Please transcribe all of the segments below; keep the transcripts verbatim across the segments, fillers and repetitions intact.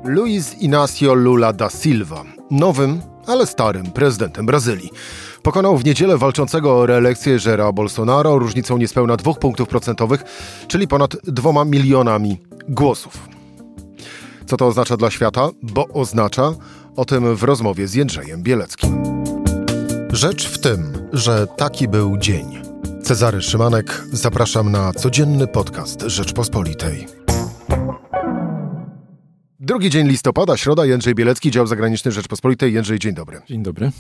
Luiz Inácio Lula da Silva, nowym, ale starym prezydentem Brazylii. Pokonał w niedzielę walczącego o reelekcję Jaira Bolsonaro różnicą niespełna dwóch punktów procentowych, czyli ponad dwoma milionami głosów. Co to oznacza dla świata? Bo oznacza, o tym w rozmowie z Jędrzejem Bieleckim. Rzecz w tym, że taki był dzień. Cezary Szymanek, zapraszam na codzienny podcast Rzeczpospolitej. Drugi dzień listopada, środa, Jędrzej Bielecki, dział zagraniczny Rzeczpospolitej. Jędrzej, dzień dobry. Dzień dobry.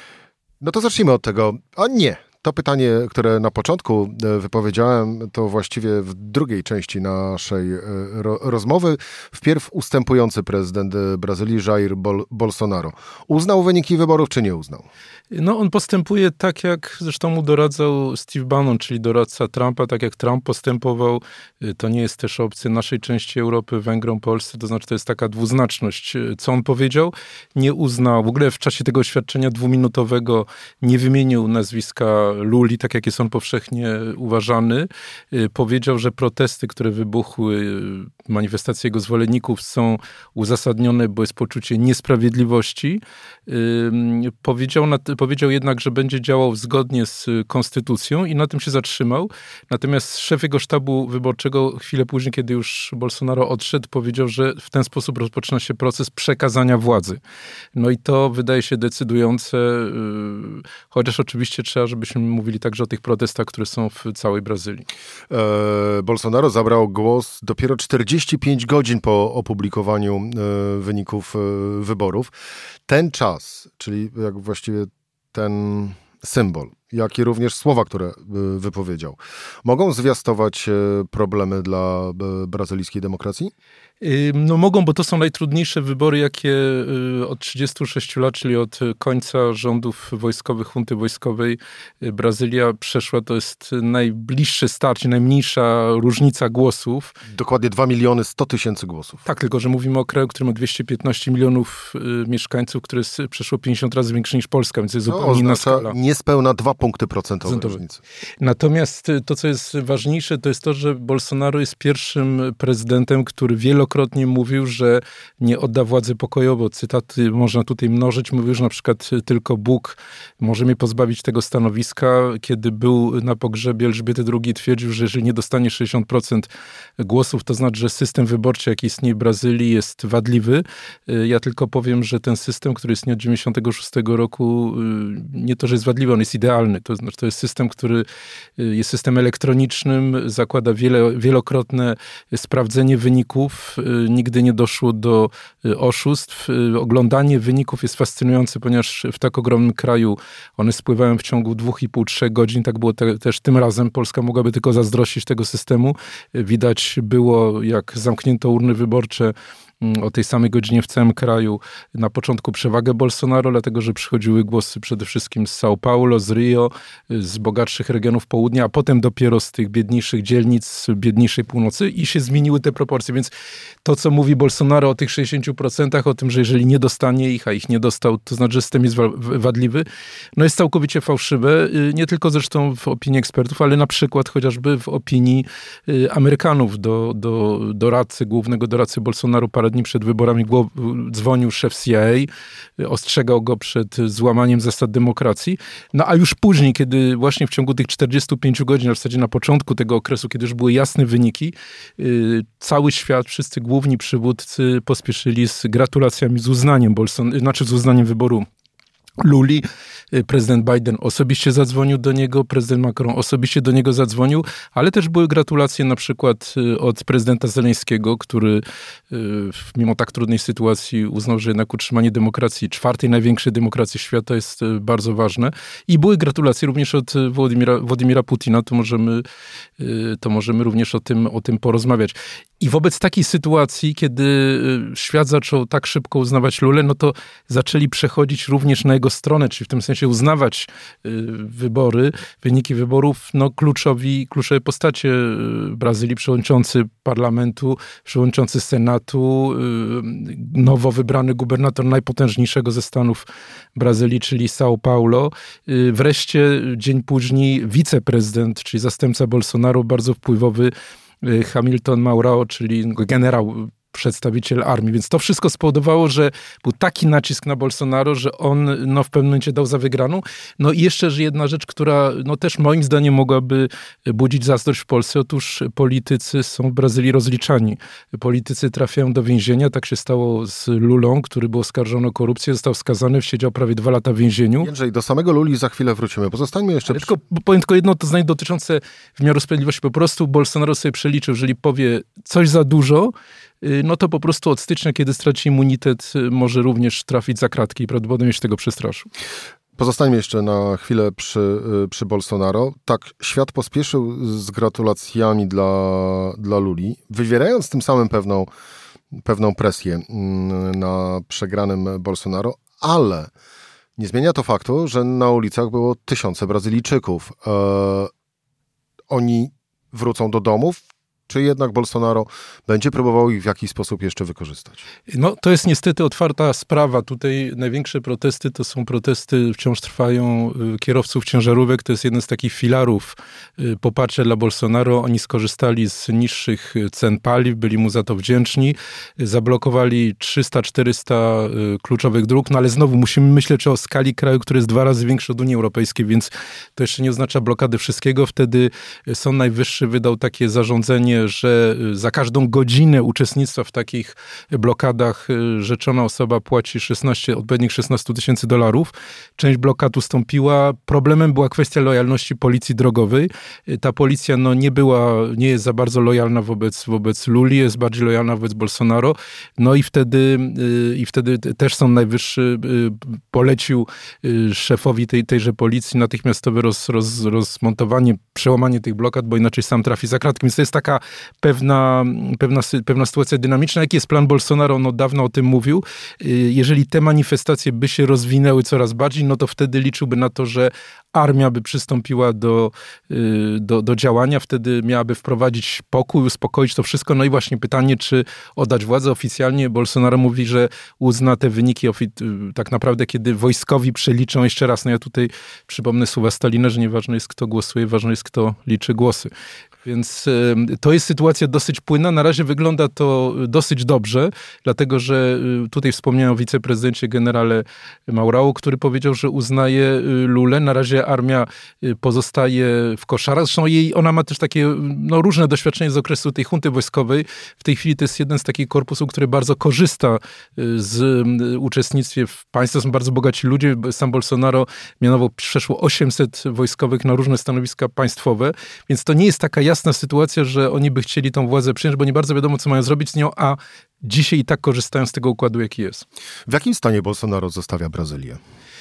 No to zacznijmy od tego, a nie, to pytanie, które na początku wypowiedziałem, to właściwie w drugiej części naszej ro- rozmowy. Wpierw ustępujący prezydent Brazylii, Jair Bol- Bolsonaro. Uznał wyniki wyborów, czy nie uznał? No on postępuje tak, jak zresztą mu doradzał Steve Bannon, czyli doradca Trumpa, tak jak Trump postępował. To nie jest też obcy naszej części Europy, Węgrom, Polsce, to znaczy to jest taka dwuznaczność. Co on powiedział? Nie uznał, w ogóle w czasie tego oświadczenia dwuminutowego nie wymienił nazwiska Luli, tak jak jest on powszechnie uważany. Powiedział, że protesty, które wybuchły, manifestacje jego zwolenników są uzasadnione, bo jest poczucie niesprawiedliwości. Powiedział, powiedział jednak, że będzie działał zgodnie z konstytucją i na tym się zatrzymał. Natomiast szef jego sztabu wyborczego chwilę później, kiedy już Bolsonaro odszedł, powiedział, że w ten sposób rozpoczyna się proces przekazania władzy. No i to wydaje się decydujące, chociaż oczywiście trzeba, żebyśmy mówili także o tych protestach, które są w całej Brazylii. E, Bolsonaro zabrał głos dopiero czterdzieści pięć godzin po opublikowaniu e, wyników e, wyborów. Ten czas, czyli jak właściwie ten symbol, jak i również słowa, które e, wypowiedział, mogą zwiastować e, problemy dla e, brazylijskiej demokracji? No mogą, bo to są najtrudniejsze wybory, jakie od trzydziestu sześciu lat, czyli od końca rządów wojskowych, hunty wojskowej Brazylia przeszła. To jest najbliższy start, najmniejsza różnica głosów. Dokładnie dwa miliony sto tysięcy głosów. Tak, tylko że mówimy o kraju, który ma dwieście piętnaście milionów mieszkańców, które jest przeszło pięćdziesiąt razy większy niż Polska, więc to jest no, zupełnie inna skala. Niespełna dwa punkty procentowe różnicy. Natomiast to, co jest ważniejsze, to jest to, że Bolsonaro jest pierwszym prezydentem, który wielokrotnie Wielokrotnie mówił, że nie odda władzy pokojowo. Cytaty można tutaj mnożyć. Mówił, że na przykład tylko Bóg może mnie pozbawić tego stanowiska. Kiedy był na pogrzebie Elżbiety drugiej, twierdził, że jeżeli nie dostanie sześćdziesiąt procent głosów, to znaczy, że system wyborczy, jaki istnieje w Brazylii, jest wadliwy. Ja tylko powiem, że ten system, który istnieje od dziewięćdziesiątego szóstego roku, nie to, że jest wadliwy, on jest idealny. To znaczy, to jest system, który jest system elektronicznym, zakłada wiele, wielokrotne sprawdzenie wyników. Nigdy nie doszło do oszustw. Oglądanie wyników jest fascynujące, ponieważ w tak ogromnym kraju one spływają w ciągu dwóch i pół, trzech godzin. Tak było te, też tym razem. Polska mogłaby tylko zazdrościć tego systemu. Widać było, jak zamknięto urny wyborcze o tej samej godzinie w całym kraju. Na początku przewagę Bolsonaro, dlatego że przychodziły głosy przede wszystkim z São Paulo, z Rio, z bogatszych regionów południa, a potem dopiero z tych biedniejszych dzielnic, z biedniejszej północy i się zmieniły te proporcje. Więc to, co mówi Bolsonaro o tych sześćdziesięciu procentach, o tym, że jeżeli nie dostanie ich, a ich nie dostał, to znaczy, że system jest wadliwy, no jest całkowicie fałszywe. Nie tylko zresztą w opinii ekspertów, ale na przykład chociażby w opinii Amerykanów. Do, do doradcy, głównego doradcy Bolsonaro parę dni przed wyborami dzwonił szef C I A, ostrzegał go przed złamaniem zasad demokracji. No a już później, kiedy właśnie w ciągu tych czterdziestu pięciu godzin, a w zasadzie na początku tego okresu, kiedy już były jasne wyniki, cały świat, wszyscy główni przywódcy pospieszyli z gratulacjami, z uznaniem Bolson- znaczy z uznaniem wyboru Luli. Prezydent Biden osobiście zadzwonił do niego, prezydent Macron osobiście do niego zadzwonił, ale też były gratulacje na przykład od prezydenta Zeleńskiego, który mimo tak trudnej sytuacji uznał, że jednak utrzymanie demokracji, czwartej największej demokracji świata jest bardzo ważne. I były gratulacje również od Władimira, Władimira Putina, to możemy, to możemy również o tym, o tym porozmawiać. I wobec takiej sytuacji, kiedy świat zaczął tak szybko uznawać Lulę, no to zaczęli przechodzić również na jego stronę, czyli w tym sensie uznawać wybory, wyniki wyborów, no kluczowi, kluczowe postacie Brazylii, przewodniczący parlamentu, przewodniczący senatu, nowo wybrany gubernator najpotężniejszego ze stanów Brazylii, czyli São Paulo. Wreszcie dzień później wiceprezydent, czyli zastępca Bolsonaro, bardzo wpływowy Hamilton Mourão, czyli generał przedstawiciel armii. Więc to wszystko spowodowało, że był taki nacisk na Bolsonaro, że on no, w pewnym momencie dał za wygraną. No i jeszcze że jedna rzecz, która no, też moim zdaniem mogłaby budzić zazdrość w Polsce. Otóż politycy są w Brazylii rozliczani. Politycy trafiają do więzienia. Tak się stało z Lulą, który był oskarżony o korupcję. Został skazany, siedział prawie dwa lata w więzieniu. Jędrzej, do samego Luli za chwilę wrócimy. Pozostańmy jeszcze... Ale tylko powiem tylko jedno to zdanie dotyczące wymiaru sprawiedliwości. Po prostu Bolsonaro sobie przeliczył, jeżeli powie coś za dużo, no to po prostu od stycznia, kiedy straci immunitet, może również trafić za kratki i prawdopodobnie się tego przestraszył. Pozostańmy jeszcze na chwilę przy, przy Bolsonaro. Tak, świat pospieszył z gratulacjami dla, dla Luli, wywierając tym samym pewną, pewną presję na przegranym Bolsonaro, ale nie zmienia to faktu, że na ulicach było tysiące Brazylijczyków. E, oni wrócą do domów, czy jednak Bolsonaro będzie próbował ich w jakiś sposób jeszcze wykorzystać? No to jest niestety otwarta sprawa. Tutaj największe protesty to są protesty, wciąż trwają kierowców ciężarówek. To jest jeden z takich filarów poparcia dla Bolsonaro. Oni skorzystali z niższych cen paliw, byli mu za to wdzięczni. Zablokowali trzysta czterysta kluczowych dróg, no ale znowu musimy myśleć o skali kraju, który jest dwa razy większy od Unii Europejskiej, więc to jeszcze nie oznacza blokady wszystkiego. Wtedy Sąd Najwyższy wydał takie zarządzenie, że za każdą godzinę uczestnictwa w takich blokadach rzeczona osoba płaci szesnaście, odpowiednich szesnaście tysięcy dolarów. Część blokad ustąpiła. Problemem była kwestia lojalności policji drogowej. Ta policja no, nie była, nie jest za bardzo lojalna wobec, wobec Luli, jest bardziej lojalna wobec Bolsonaro. No i wtedy, i wtedy też Sąd Najwyższy polecił szefowi tej, tejże policji natychmiastowe roz, roz, rozmontowanie, przełamanie tych blokad, bo inaczej sam trafi za kratki. Więc to jest taka pewna, pewna, pewna sytuacja dynamiczna. Jaki jest plan Bolsonaro? No dawno o tym mówił. Jeżeli te manifestacje by się rozwinęły coraz bardziej, no to wtedy liczyłby na to, że armia by przystąpiła do, do, do działania, wtedy miałaby wprowadzić pokój, uspokoić to wszystko. No i właśnie pytanie, czy oddać władzę oficjalnie. Bolsonaro mówi, że uzna te wyniki tak naprawdę, kiedy wojskowi przeliczą jeszcze raz. No ja tutaj przypomnę słowa Stalina, że nieważne jest, kto głosuje, ważne jest, kto liczy głosy. Więc to jest sytuacja dosyć płynna. Na razie wygląda to dosyć dobrze, dlatego że tutaj wspomniałem o wiceprezydencie generale Maurão, który powiedział, że uznaje Lulę. Na razie armia pozostaje w koszarach. Zresztą jej, ona ma też takie no, różne doświadczenie z okresu tej junty wojskowej. W tej chwili to jest jeden z takich korpusów, który bardzo korzysta z uczestnictwa w państwie. Są bardzo bogaci ludzie. Sam Bolsonaro mianował przeszło osiemset wojskowych na różne stanowiska państwowe, więc to nie jest taka jasna sytuacja, że oni by chcieli tą władzę przyjąć, bo nie bardzo wiadomo, co mają zrobić z nią, a dzisiaj i tak korzystają z tego układu, jaki jest. W jakim stanie Bolsonaro zostawia Brazylię?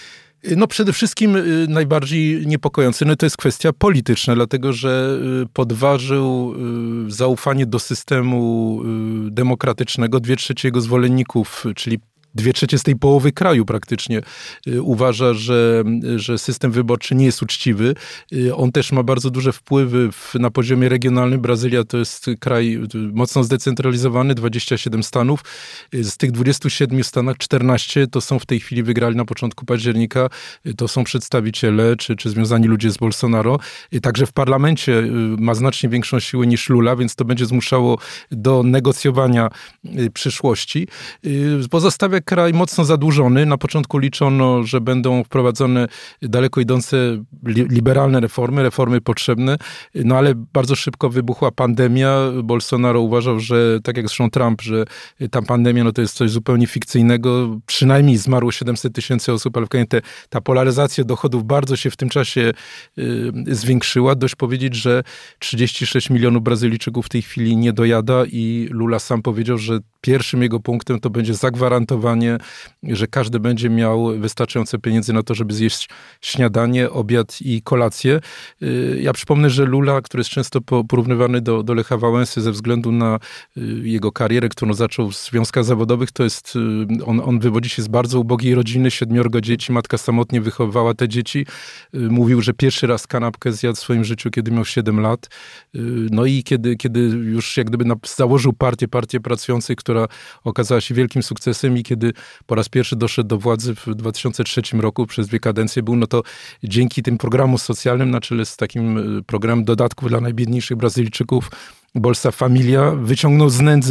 No przede wszystkim najbardziej niepokojący no to jest kwestia polityczna, dlatego że podważył zaufanie do systemu demokratycznego. Dwie trzecie jego zwolenników, czyli Dwie trzecie z tej połowy kraju praktycznie uważa, że, że system wyborczy nie jest uczciwy. On też ma bardzo duże wpływy w, na poziomie regionalnym. Brazylia to jest kraj mocno zdecentralizowany, dwadzieścia siedem stanów. Z tych dwudziestu siedmiu stanach czternaście to są w tej chwili wygrali na początku października. To są przedstawiciele czy, czy związani ludzie z Bolsonaro. Także w parlamencie ma znacznie większą siłę niż Lula, więc to będzie zmuszało do negocjowania przyszłości. Pozostawia kraj mocno zadłużony. Na początku liczono, że będą wprowadzone daleko idące liberalne reformy, reformy potrzebne, no ale bardzo szybko wybuchła pandemia. Bolsonaro uważał, że tak jak zresztą Trump, że ta pandemia no to jest coś zupełnie fikcyjnego. Przynajmniej zmarło siedemset tysięcy osób, ale w końcu te, ta polaryzacja dochodów bardzo się w tym czasie y, zwiększyła. Dość powiedzieć, że trzydzieści sześć milionów Brazylijczyków w tej chwili nie dojada i Lula sam powiedział, że pierwszym jego punktem to będzie zagwarantowanie, że każdy będzie miał wystarczające pieniędzy na to, żeby zjeść śniadanie, obiad i kolację. Ja przypomnę, że Lula, który jest często porównywany do, do Lecha Wałęsy ze względu na jego karierę, którą zaczął w związkach zawodowych, to jest, on, on wywodzi się z bardzo ubogiej rodziny, siedmiorgo dzieci, matka samotnie wychowywała te dzieci. Mówił, że pierwszy raz kanapkę zjadł w swoim życiu, kiedy miał siedem lat. No i kiedy, kiedy już jak gdyby założył partię, partię pracujących, która okazała się wielkim sukcesem i kiedy po raz pierwszy doszedł do władzy w dwa tysiące trzecim roku, przez dwie kadencje był, no to dzięki tym programom socjalnym, na czele z takim programem dodatków dla najbiedniejszych Brazylijczyków, Bolsa Familia, wyciągnął z nędzy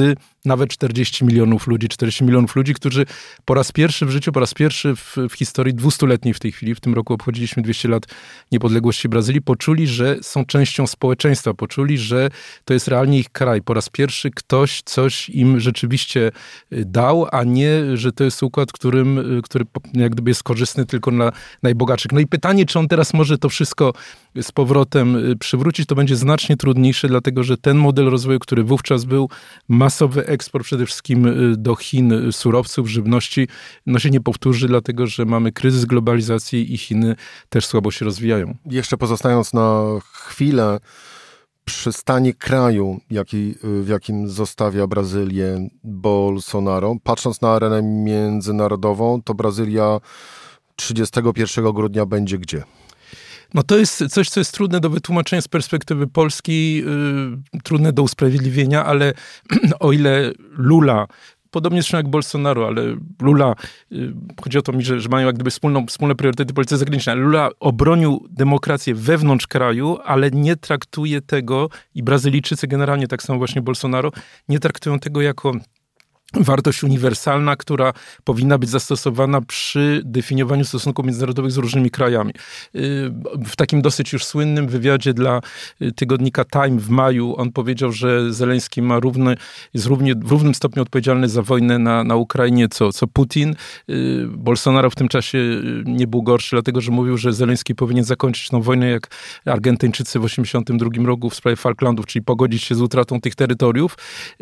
nawet czterdzieści milionów ludzi, czterdzieści milionów ludzi, którzy po raz pierwszy w życiu, po raz pierwszy w, w historii dwustuletniej w tej chwili, w tym roku obchodziliśmy dwieście lat niepodległości Brazylii, poczuli, że są częścią społeczeństwa, poczuli, że to jest realnie ich kraj. Po raz pierwszy ktoś coś im rzeczywiście dał, a nie, że to jest układ, którym, który jak gdyby jest korzystny tylko dla najbogatszych. No i pytanie, czy on teraz może to wszystko z powrotem przywrócić, to będzie znacznie trudniejsze, dlatego że ten model rozwoju, który wówczas był, masowy eksport przede wszystkim do Chin surowców, żywności, no się nie powtórzy, dlatego że mamy kryzys globalizacji i Chiny też słabo się rozwijają. Jeszcze pozostając na chwilę przy stanie kraju, jaki, w jakim zostawia Brazylię Bolsonaro, patrząc na arenę międzynarodową, to Brazylia trzydziestego pierwszego grudnia będzie gdzie? No to jest coś, co jest trudne do wytłumaczenia z perspektywy Polski, yy, trudne do usprawiedliwienia, ale o ile Lula, podobnie zresztą jak Bolsonaro, ale Lula, yy, chodzi o to mi, że, że mają jak gdyby wspólną, wspólne priorytety polityce zagranicznej, ale Lula obronił demokrację wewnątrz kraju, ale nie traktuje tego, i Brazylijczycy generalnie, tak samo właśnie Bolsonaro, nie traktują tego jako wartość uniwersalna, która powinna być zastosowana przy definiowaniu stosunków międzynarodowych z różnymi krajami. W takim dosyć już słynnym wywiadzie dla tygodnika Time w maju on powiedział, że Zełenski ma równy, jest równie, w równym stopniu odpowiedzialny za wojnę na, na Ukrainie, co, co Putin. Bolsonaro w tym czasie nie był gorszy, dlatego że mówił, że Zełenski powinien zakończyć tą wojnę jak Argentyńczycy w osiemdziesiątym drugim roku w sprawie Falklandów, czyli pogodzić się z utratą tych terytoriów.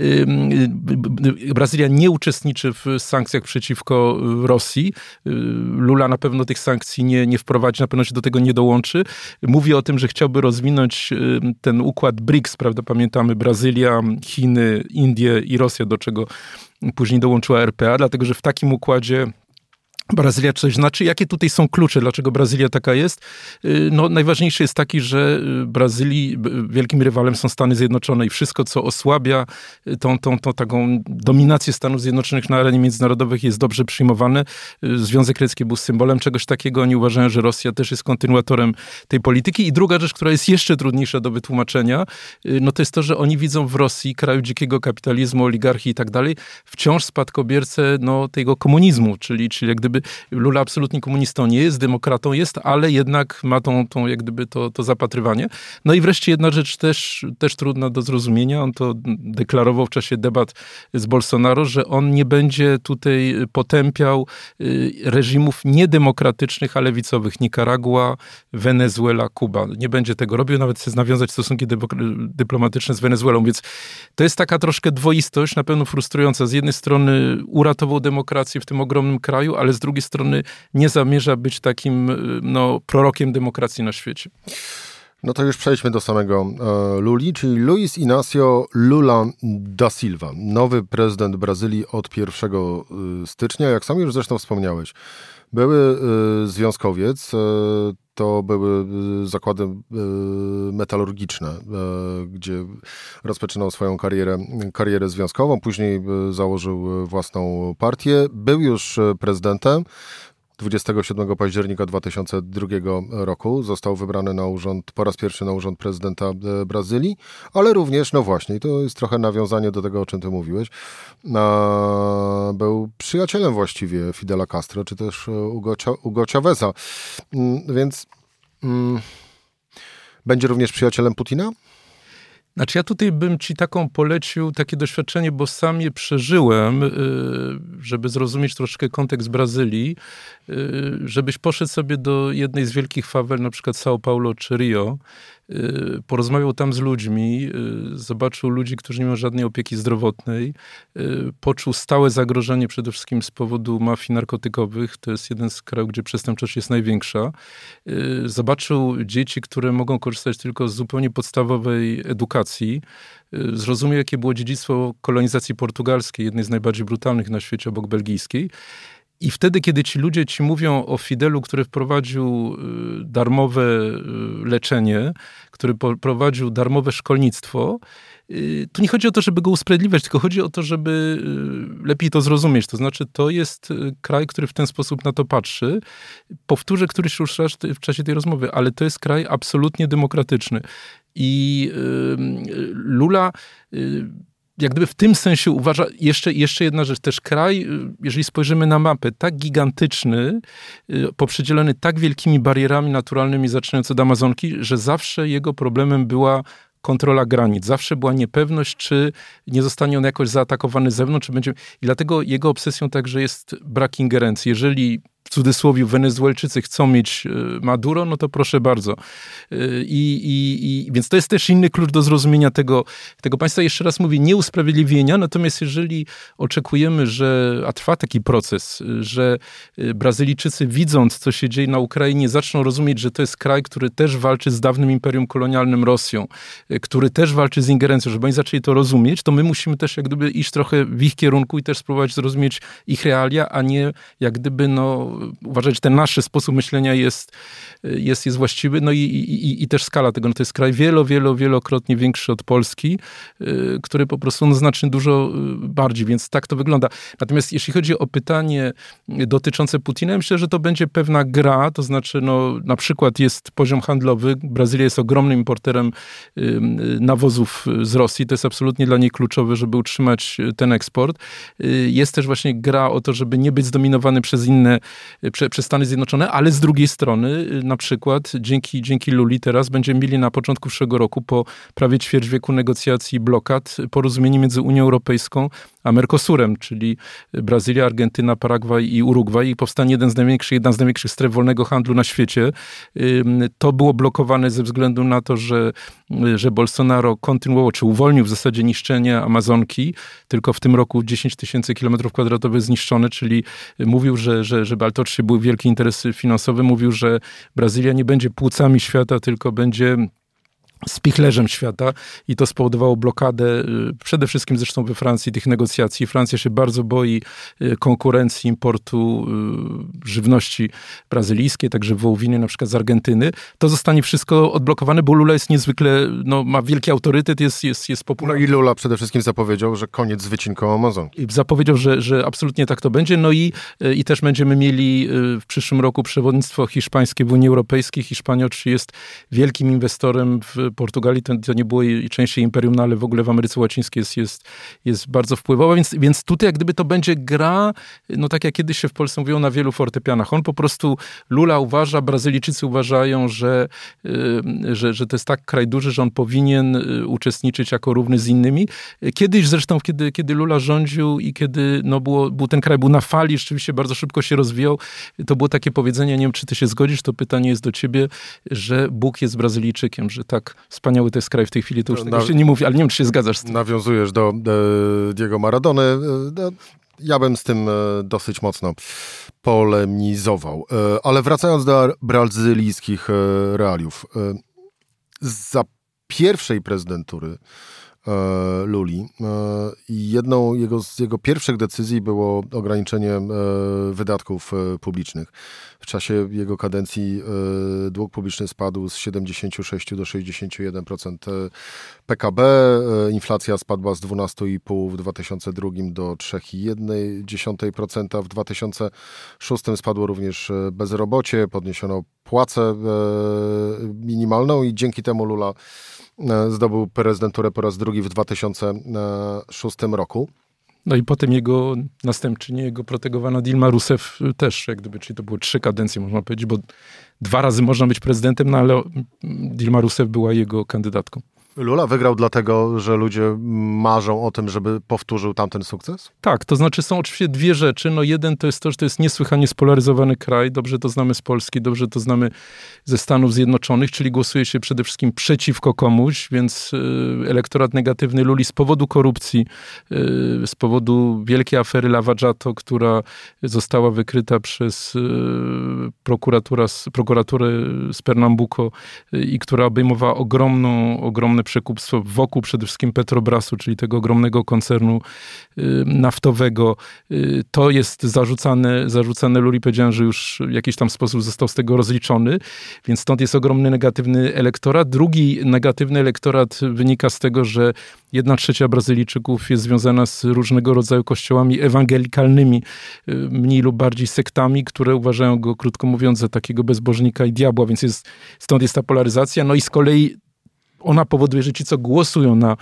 Brazylia nie uczestniczy w sankcjach przeciwko Rosji. Lula na pewno tych sankcji nie, nie wprowadzi, na pewno się do tego nie dołączy. Mówi o tym, że chciałby rozwinąć ten układ BRICS, prawda, pamiętamy Brazylia, Chiny, Indie i Rosja, do czego później dołączyła R P A, dlatego że w takim układzie Brazylia coś znaczy. Jakie tutaj są klucze? Dlaczego Brazylia taka jest? No, najważniejszy jest taki, że Brazylii wielkim rywalem są Stany Zjednoczone i wszystko, co osłabia tą, tą, tą taką dominację Stanów Zjednoczonych na arenie międzynarodowej, jest dobrze przyjmowane. Związek Radziecki był symbolem czegoś takiego. Oni uważają, że Rosja też jest kontynuatorem tej polityki. I druga rzecz, która jest jeszcze trudniejsza do wytłumaczenia, no to jest to, że oni widzą w Rosji, kraju dzikiego kapitalizmu, oligarchii i tak dalej, wciąż spadkobiercę no, tego komunizmu, czyli, czyli jak gdyby Lula absolutnie komunistą nie jest, demokratą jest, ale jednak ma tą, tą jak gdyby to, to zapatrywanie. No i wreszcie jedna rzecz też, też trudna do zrozumienia. On to deklarował w czasie debat z Bolsonaro, że on nie będzie tutaj potępiał reżimów niedemokratycznych, a lewicowych. Nikaragua, Wenezuela, Kuba. Nie będzie tego robił, nawet chce nawiązać stosunki dyplomatyczne z Wenezuelą, więc to jest taka troszkę dwoistość, na pewno frustrująca. Z jednej strony uratował demokrację w tym ogromnym kraju, ale z drugiej strony nie zamierza być takim no, prorokiem demokracji na świecie. No to już przejdźmy do samego e, Luli, czyli Luiz Inácio Lula da Silva, nowy prezydent Brazylii od pierwszego stycznia. Jak sam już zresztą wspomniałeś, były e, związkowiec, e, to były zakłady e, metalurgiczne, e, gdzie rozpoczynał swoją karierę, karierę związkową, później e, założył własną partię, był już prezydentem. dwudziestego siódmego października dwa tysiące drugiego roku został wybrany na urząd, po raz pierwszy na urząd prezydenta Brazylii, ale również, no właśnie, to jest trochę nawiązanie do tego, o czym ty mówiłeś, a, był przyjacielem właściwie Fidela Castro, czy też Hugo, Hugo Cháveza, więc mm, będzie również przyjacielem Putina? Znaczy ja tutaj bym ci taką polecił, takie doświadczenie, bo sam je przeżyłem, żeby zrozumieć troszkę kontekst Brazylii, żebyś poszedł sobie do jednej z wielkich fawel, na przykład São Paulo czy Rio, porozmawiał tam z ludźmi, zobaczył ludzi, którzy nie mają żadnej opieki zdrowotnej, poczuł stałe zagrożenie przede wszystkim z powodu mafii narkotykowych, to jest jeden z krajów, gdzie przestępczość jest największa. Zobaczył dzieci, które mogą korzystać tylko z zupełnie podstawowej edukacji, zrozumiał, jakie było dziedzictwo kolonizacji portugalskiej, jednej z najbardziej brutalnych na świecie obok belgijskiej. I wtedy, kiedy ci ludzie ci mówią o Fidelu, który wprowadził darmowe leczenie, który prowadził darmowe szkolnictwo, tu nie chodzi o to, żeby go usprawiedliwiać, tylko chodzi o to, żeby lepiej to zrozumieć. To znaczy, to jest kraj, który w ten sposób na to patrzy. Powtórzę któryś już raz w czasie tej rozmowy, ale to jest kraj absolutnie demokratyczny. I Lula jak gdyby w tym sensie uważa, jeszcze, jeszcze jedna rzecz, też kraj, jeżeli spojrzymy na mapę, tak gigantyczny, poprzedzielony tak wielkimi barierami naturalnymi, zaczynając od Amazonki, że zawsze jego problemem była kontrola granic. Zawsze była niepewność, czy nie zostanie on jakoś zaatakowany z zewnątrz, czy będzie... I dlatego jego obsesją także jest brak ingerencji. Jeżeli w cudzysłowie Wenezuelczycy chcą mieć Maduro, no to proszę bardzo. I, i, i, więc to jest też inny klucz do zrozumienia tego, tego państwa. Jeszcze raz mówię, nie usprawiedliwienia, natomiast jeżeli oczekujemy, że, a trwa taki proces, że Brazylijczycy widząc, co się dzieje na Ukrainie, zaczną rozumieć, że to jest kraj, który też walczy z dawnym imperium kolonialnym Rosją, który też walczy z ingerencją, żeby oni zaczęli to rozumieć, to my musimy też jak gdyby iść trochę w ich kierunku i też spróbować zrozumieć ich realia, a nie jak gdyby no uważać, że ten nasz sposób myślenia jest, jest, jest właściwy. No i, i, i też skala tego. No to jest kraj wielo, wielo, wielokrotnie większy od Polski, yy, który po prostu no, znacznie dużo bardziej, więc tak to wygląda. Natomiast jeśli chodzi o pytanie dotyczące Putina, myślę, że to będzie pewna gra, to znaczy no, na przykład jest poziom handlowy. Brazylia jest ogromnym importerem yy, nawozów z Rosji. To jest absolutnie dla niej kluczowe, żeby utrzymać ten eksport. Yy, jest też właśnie gra o to, żeby nie być zdominowany przez inne Prze, przez Stany Zjednoczone, ale z drugiej strony na przykład dzięki, dzięki Luli teraz będziemy mieli na początku przyszłego roku po prawie ćwierć wieku negocjacji blokad porozumienie między Unią Europejską a Mercosurem, czyli Brazylia, Argentyna, Paragwaj i Urugwaj i powstanie jeden z największych, jedna z największych stref wolnego handlu na świecie. To było blokowane ze względu na to, że, że Bolsonaro kontynuował, czy uwolnił w zasadzie niszczenie Amazonki, tylko w tym roku dziesięć tysięcy kilometrów kwadratowych zniszczone, czyli mówił, że, że, że ale to oczywiście były wielkie interesy finansowe, mówił, że Brazylia nie będzie płucami świata, tylko będzie spichlerzem świata i to spowodowało blokadę, przede wszystkim zresztą we Francji, tych negocjacji. Francja się bardzo boi konkurencji importu żywności brazylijskiej, także wołowiny na przykład z Argentyny. To zostanie wszystko odblokowane, bo Lula jest niezwykle, no, ma wielki autorytet, jest, jest, jest popularny. No i Lula przede wszystkim zapowiedział, że koniec z wycinką Amazonki. I zapowiedział, że, że absolutnie tak to będzie. No i, i też będziemy mieli w przyszłym roku przewodnictwo hiszpańskie w Unii Europejskiej. Hiszpania oczywiście jest wielkim inwestorem w Portugalii, to, to nie było jej częściej imperium, no ale w ogóle w Ameryce Łacińskiej jest, jest, jest bardzo wpływowa, więc, więc tutaj jak gdyby to będzie gra, no tak jak kiedyś się w Polsce mówiło, na wielu fortepianach. On po prostu, Lula uważa, Brazylijczycy uważają, że, yy, że, że to jest tak kraj duży, że on powinien uczestniczyć jako równy z innymi. Kiedyś zresztą, kiedy, kiedy Lula rządził i kiedy no było, był, ten kraj był na fali, rzeczywiście bardzo szybko się rozwijał, to było takie powiedzenie, nie wiem, czy ty się zgodzisz, to pytanie jest do ciebie, że Bóg jest Brazylijczykiem, że tak wspaniały to jest kraj w tej chwili, to już tego się nie mówi, ale nie wiem, czy się zgadzasz z tym. Nawiązujesz do e, Diego Maradony. E, ja bym z tym e, dosyć mocno polemizował. E, ale wracając do brazylijskich e, realiów. E, za pierwszej prezydentury e, Luli e, jedną jego, z jego pierwszych decyzji było ograniczenie e, wydatków e, publicznych. W czasie jego kadencji y, dług publiczny spadł z siedemdziesiąt sześć do sześćdziesiąt jeden procent P K B. Y, inflacja spadła z dwanaście i pół w dwa tysiące drugim do trzy i jedna dziesiąta procent. W dwa tysiące szóstym spadło również bezrobocie, podniesiono płacę y, minimalną i dzięki temu Lula y, zdobył prezydenturę po raz drugi w dwa tysiące szóstym roku. No i potem jego następczyni, jego protegowana Dilma Rousseff też, jak gdyby, czyli to były trzy kadencje, można powiedzieć, bo dwa razy można być prezydentem, no ale Dilma Rousseff była jego kandydatką. Lula wygrał dlatego, że ludzie marzą o tym, żeby powtórzył tamten sukces? Tak, to znaczy są oczywiście dwie rzeczy. No jeden to jest to, że to jest niesłychanie spolaryzowany kraj. Dobrze to znamy z Polski, dobrze to znamy ze Stanów Zjednoczonych, czyli głosuje się przede wszystkim przeciwko komuś, więc y, elektorat negatywny Luli z powodu korupcji, y, z powodu wielkiej afery Lava Jato, która została wykryta przez y, prokuratura, prokuraturę z Pernambuco y, i która obejmowała ogromną, ogromne przekupstwo wokół przede wszystkim Petrobrasu, czyli tego ogromnego koncernu y, naftowego. Y, to jest zarzucane, zarzucane Luli. Powiedziałem, że już w jakiś tam sposób został z tego rozliczony, więc stąd jest ogromny negatywny elektorat. Drugi negatywny elektorat wynika z tego, że jedna trzecia Brazylijczyków jest związana z różnego rodzaju kościołami ewangelikalnymi, y, mniej lub bardziej sektami, które uważają go, krótko mówiąc, za takiego bezbożnika i diabła, więc jest, stąd jest ta polaryzacja. No i z kolei ona powoduje, że ci, co głosują na,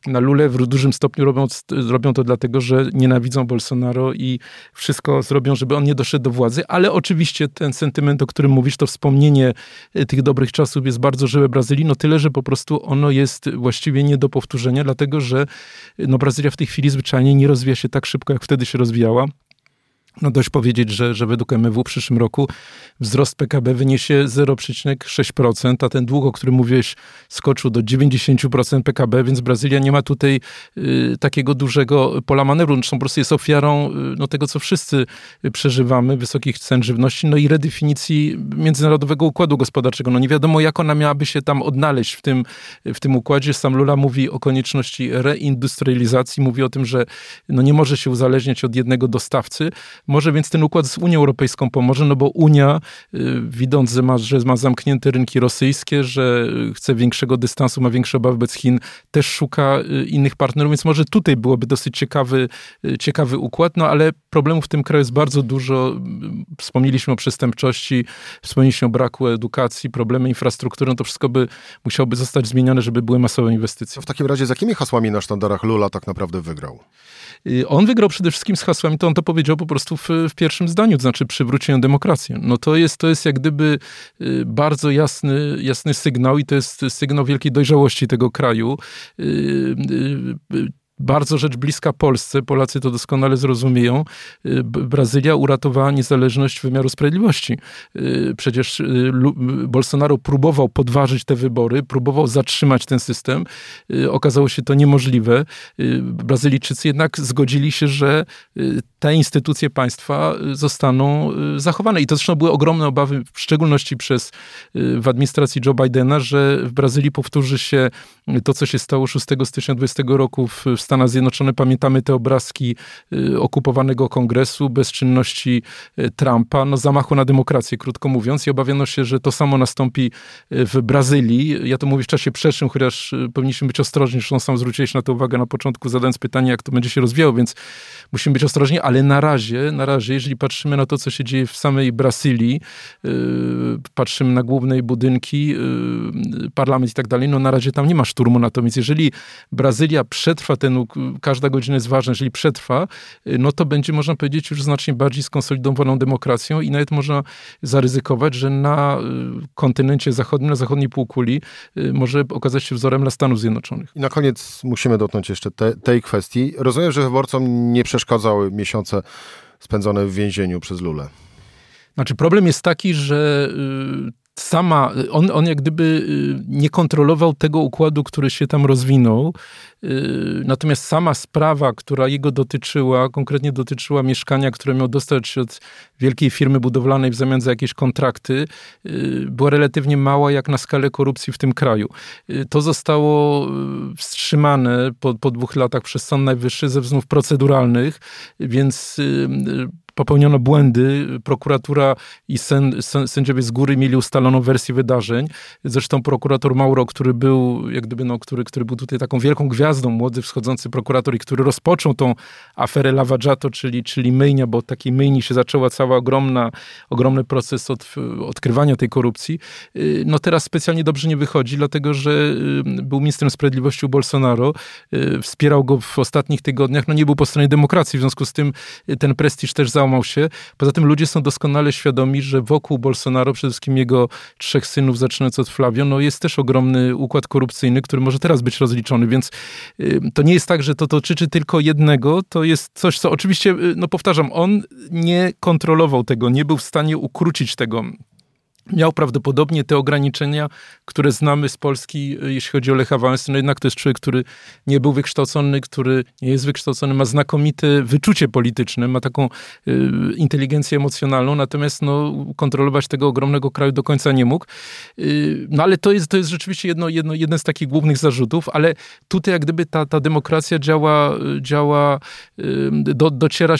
na Lulę w dużym stopniu robią, robią to dlatego, że nienawidzą Bolsonaro i wszystko zrobią, żeby on nie doszedł do władzy, ale oczywiście ten sentyment, o którym mówisz, to wspomnienie tych dobrych czasów jest bardzo żywe Brazylii, no tyle, że po prostu ono jest właściwie nie do powtórzenia, dlatego, że no Brazylia w tej chwili zwyczajnie nie rozwija się tak szybko, jak wtedy się rozwijała. No dość powiedzieć, że, że według M S W w przyszłym roku wzrost P K B wyniesie zero przecinek sześć procent, a ten dług, o którym mówiłeś, skoczył do dziewięćdziesiąt procent P K B, więc Brazylia nie ma tutaj y, takiego dużego pola manewru. Zresztą po prostu jest ofiarą y, no, tego, co wszyscy przeżywamy, wysokich cen żywności, no i redefinicji międzynarodowego układu gospodarczego. No nie wiadomo, jak ona miałaby się tam odnaleźć w tym, w tym układzie. Sam Lula mówi o konieczności reindustrializacji, mówi o tym, że no, nie może się uzależniać od jednego dostawcy. Może więc ten układ z Unią Europejską pomoże, no bo Unia, widząc, że ma, że ma zamknięte rynki rosyjskie, że chce większego dystansu, ma większe obawy wobec Chin, też szuka innych partnerów, więc może tutaj byłoby dosyć ciekawy, ciekawy układ, no ale problemów w tym kraju jest bardzo dużo. Wspomnieliśmy o przestępczości, wspomnieliśmy o braku edukacji, problemy infrastruktury, no to wszystko by musiałoby zostać zmienione, żeby były masowe inwestycje. W takim razie z jakimi hasłami na sztandarach Lula tak naprawdę wygrał? On wygrał przede wszystkim z hasłami, to on to powiedział po prostu w, w pierwszym zdaniu, to znaczy przywróciłem demokrację. No to jest, to jest jak gdyby bardzo jasny, jasny sygnał i to jest sygnał wielkiej dojrzałości tego kraju. Bardzo rzecz bliska Polsce, Polacy to doskonale zrozumieją. Brazylia uratowała niezależność wymiaru sprawiedliwości. Przecież Bolsonaro próbował podważyć te wybory, próbował zatrzymać ten system. Okazało się to niemożliwe. Brazylijczycy jednak zgodzili się, że te instytucje państwa zostaną zachowane. I to zresztą były ogromne obawy, w szczególności przez w administracji Joe Bidena, że w Brazylii powtórzy się to, co się stało szóstego stycznia dwudziestego roku w Stanach Zjednoczonych. Pamiętamy te obrazki okupowanego kongresu, bezczynności Trumpa, no zamachu na demokrację, krótko mówiąc. I obawiano się, że to samo nastąpi w Brazylii. Ja to mówię w czasie przeszłym, chociaż powinniśmy być ostrożni. Zresztą sam zwróciłeś na to uwagę na początku, zadając pytanie, jak to będzie się rozwijało, więc musimy być ostrożni, ale na razie, na razie, jeżeli patrzymy na to, co się dzieje w samej Brazylii, yy, patrzymy na główne budynki, yy, parlament i tak dalej, no na razie tam nie ma szturmu na to, więc jeżeli Brazylia przetrwa ten, każda godzina jest ważna, jeżeli przetrwa, no to będzie, można powiedzieć, już znacznie bardziej skonsolidowaną demokracją i nawet można zaryzykować, że na kontynencie zachodnim, na zachodniej półkuli może okazać się wzorem dla Stanów Zjednoczonych. I na koniec musimy dotknąć jeszcze te, tej kwestii. Rozumiem, że wyborcom nie przeszkadzały miesiące spędzone w więzieniu przez Lulę. Znaczy problem jest taki, że sama, on, on jak gdyby nie kontrolował tego układu, który się tam rozwinął. Natomiast sama sprawa, która jego dotyczyła, konkretnie dotyczyła mieszkania, które miał dostać od wielkiej firmy budowlanej w zamian za jakieś kontrakty, była relatywnie mała jak na skalę korupcji w tym kraju. To zostało wstrzymane po, po dwóch latach przez Sąd Najwyższy ze względów proceduralnych, więc popełniono błędy. Prokuratura i sen, sen, sędziowie z góry mieli ustaloną wersję wydarzeń. Zresztą prokurator Mauro, który był, jak gdyby, no, który, który był tutaj taką wielką gwiazdą, młody, wschodzący prokurator i który rozpoczął tą aferę Lava Jato, czyli, czyli myjnia, bo od takiej myjni się zaczęła cała ogromna, ogromny proces od, odkrywania tej korupcji. No teraz specjalnie dobrze nie wychodzi, dlatego że był ministrem sprawiedliwości u Bolsonaro, wspierał go w ostatnich tygodniach, no nie był po stronie demokracji, w związku z tym ten prestiż też załamał się. Poza tym ludzie są doskonale świadomi, że wokół Bolsonaro, przede wszystkim jego trzech synów, zaczynając od Flavio, no jest też ogromny układ korupcyjny, który może teraz być rozliczony, więc to nie jest tak, że to dotyczy tylko jednego, to jest coś, co oczywiście, no powtarzam, on nie kontrolował tego, nie był w stanie ukrócić tego. Miał prawdopodobnie te ograniczenia, które znamy z Polski, jeśli chodzi o Lecha Wałęsę. No jednak to jest człowiek, który nie był wykształcony, który nie jest wykształcony, ma znakomite wyczucie polityczne, ma taką y, inteligencję emocjonalną, natomiast no, kontrolować tego ogromnego kraju do końca nie mógł. Y, no ale to jest, to jest rzeczywiście jedno, jedno, jeden z takich głównych zarzutów, ale tutaj jak gdyby ta, ta demokracja działa, działa y, do, dociera się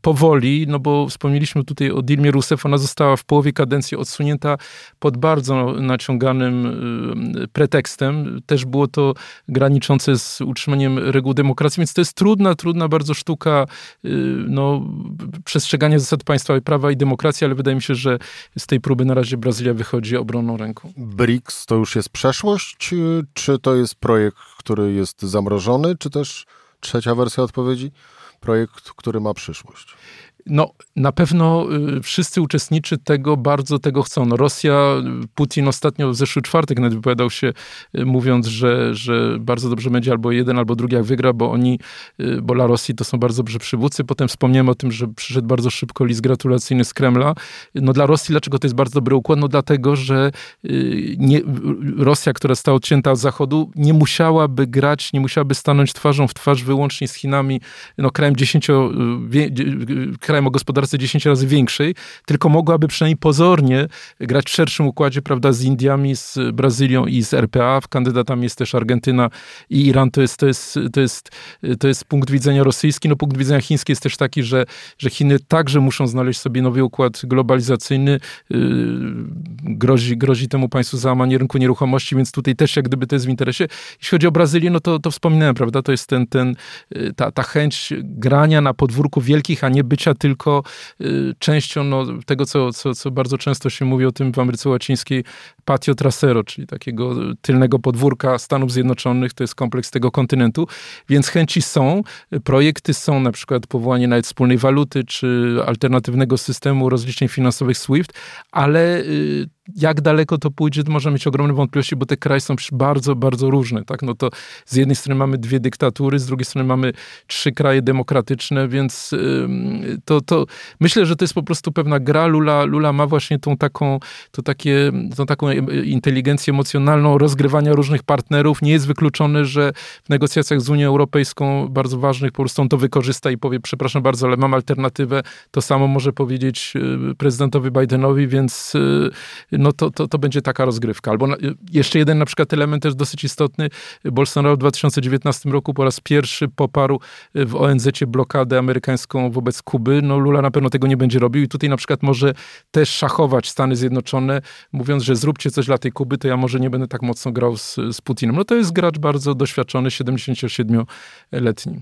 powoli, no bo wspomnieliśmy tutaj o Dilmie Rousseff, ona została w połowie kadencji odsunięta pod bardzo naciąganym pretekstem. Też było to graniczące z utrzymaniem reguł demokracji, więc to jest trudna, trudna bardzo sztuka no, przestrzegania zasad państwa prawa i demokracji, ale wydaje mi się, że z tej próby na razie Brazylia wychodzi obronną ręką. B R I C S to już jest przeszłość, czy to jest projekt, który jest zamrożony, czy też trzecia wersja odpowiedzi? Projekt, który ma przyszłość. No, na pewno y, wszyscy uczestnicy tego bardzo tego chcą. No, Rosja, Putin ostatnio w zeszły czwartek nawet wypowiadał się, y, mówiąc, że, że bardzo dobrze będzie albo jeden, albo drugi, jak wygra, bo oni, y, bo dla Rosji to są bardzo dobrzy przywódcy. Potem wspomniałem o tym, że przyszedł bardzo szybko list gratulacyjny z Kremla. No dla Rosji, dlaczego to jest bardzo dobry układ? No dlatego, że y, nie, Rosja, która została odcięta od Zachodu, nie musiałaby grać, nie musiałaby stanąć twarzą w twarz wyłącznie z Chinami, no krajem dziesięcio... Wie, krajem o gospodarce dziesięć razy większej, tylko mogłaby przynajmniej pozornie grać w szerszym układzie, prawda, z Indiami, z Brazylią i z R P A. Kandydatami jest też Argentyna i Iran. To jest, to jest, to jest, to jest punkt widzenia rosyjski. No punkt widzenia chiński jest też taki, że, że Chiny także muszą znaleźć sobie nowy układ globalizacyjny. Yy, grozi, grozi temu państwu załamanie rynku nieruchomości, więc tutaj też jak gdyby to jest w interesie. Jeśli chodzi o Brazylię, no to, to wspominałem, prawda, to jest ten, ten, ta, ta chęć grania na podwórku wielkich, a nie bycia tylko y, częścią no, tego, co, co, co bardzo często się mówi o tym w Ameryce Łacińskiej, patio trasero, czyli takiego tylnego podwórka Stanów Zjednoczonych, to jest kompleks tego kontynentu, więc chęci są, projekty są, na przykład powołanie nawet wspólnej waluty, czy alternatywnego systemu rozliczeń finansowych SWIFT, ale y, jak daleko to pójdzie, to można mieć ogromne wątpliwości, bo te kraje są bardzo, bardzo różne. Tak? No to z jednej strony mamy dwie dyktatury, z drugiej strony mamy trzy kraje demokratyczne, więc yy, to, to myślę, że to jest po prostu pewna gra. Lula, Lula ma właśnie tą taką, to takie, tą taką inteligencję emocjonalną rozgrywania różnych partnerów. Nie jest wykluczone, że w negocjacjach z Unią Europejską bardzo ważnych po prostu on to wykorzysta i powie, przepraszam bardzo, ale mam alternatywę. To samo może powiedzieć prezydentowi Bidenowi, więc yy, no to, to, to będzie taka rozgrywka. Albo na, jeszcze jeden na przykład element też dosyć istotny. Bolsonaro w dwa tysiące dziewiętnastym roku po raz pierwszy poparł w O N Z-cie blokadę amerykańską wobec Kuby. No Lula na pewno tego nie będzie robił i tutaj na przykład może też szachować Stany Zjednoczone, mówiąc, że zróbcie coś dla tej Kuby, to ja może nie będę tak mocno grał z, z Putinem. No to jest gracz bardzo doświadczony, siedemdziesięciosiedmioletni.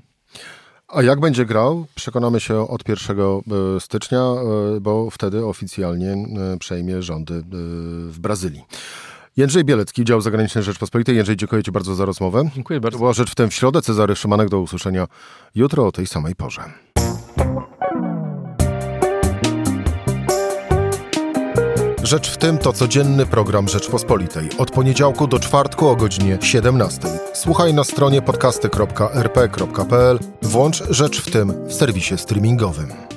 A jak będzie grał? Przekonamy się od pierwszego stycznia, bo wtedy oficjalnie przejmie rządy w Brazylii. Jędrzej Bielecki, dział zagraniczny Rzeczpospolitej. Jędrzej, dziękuję Ci bardzo za rozmowę. Dziękuję bardzo. To była Rzecz w tym w środę. Cezary Szymanek, do usłyszenia jutro o tej samej porze. Rzecz w tym to codzienny program Rzeczpospolitej. Od poniedziałku do czwartku o godzinie siedemnastej. Słuchaj na stronie podcasty kropka er pe kropka pe el. Włącz Rzecz w tym w serwisie streamingowym.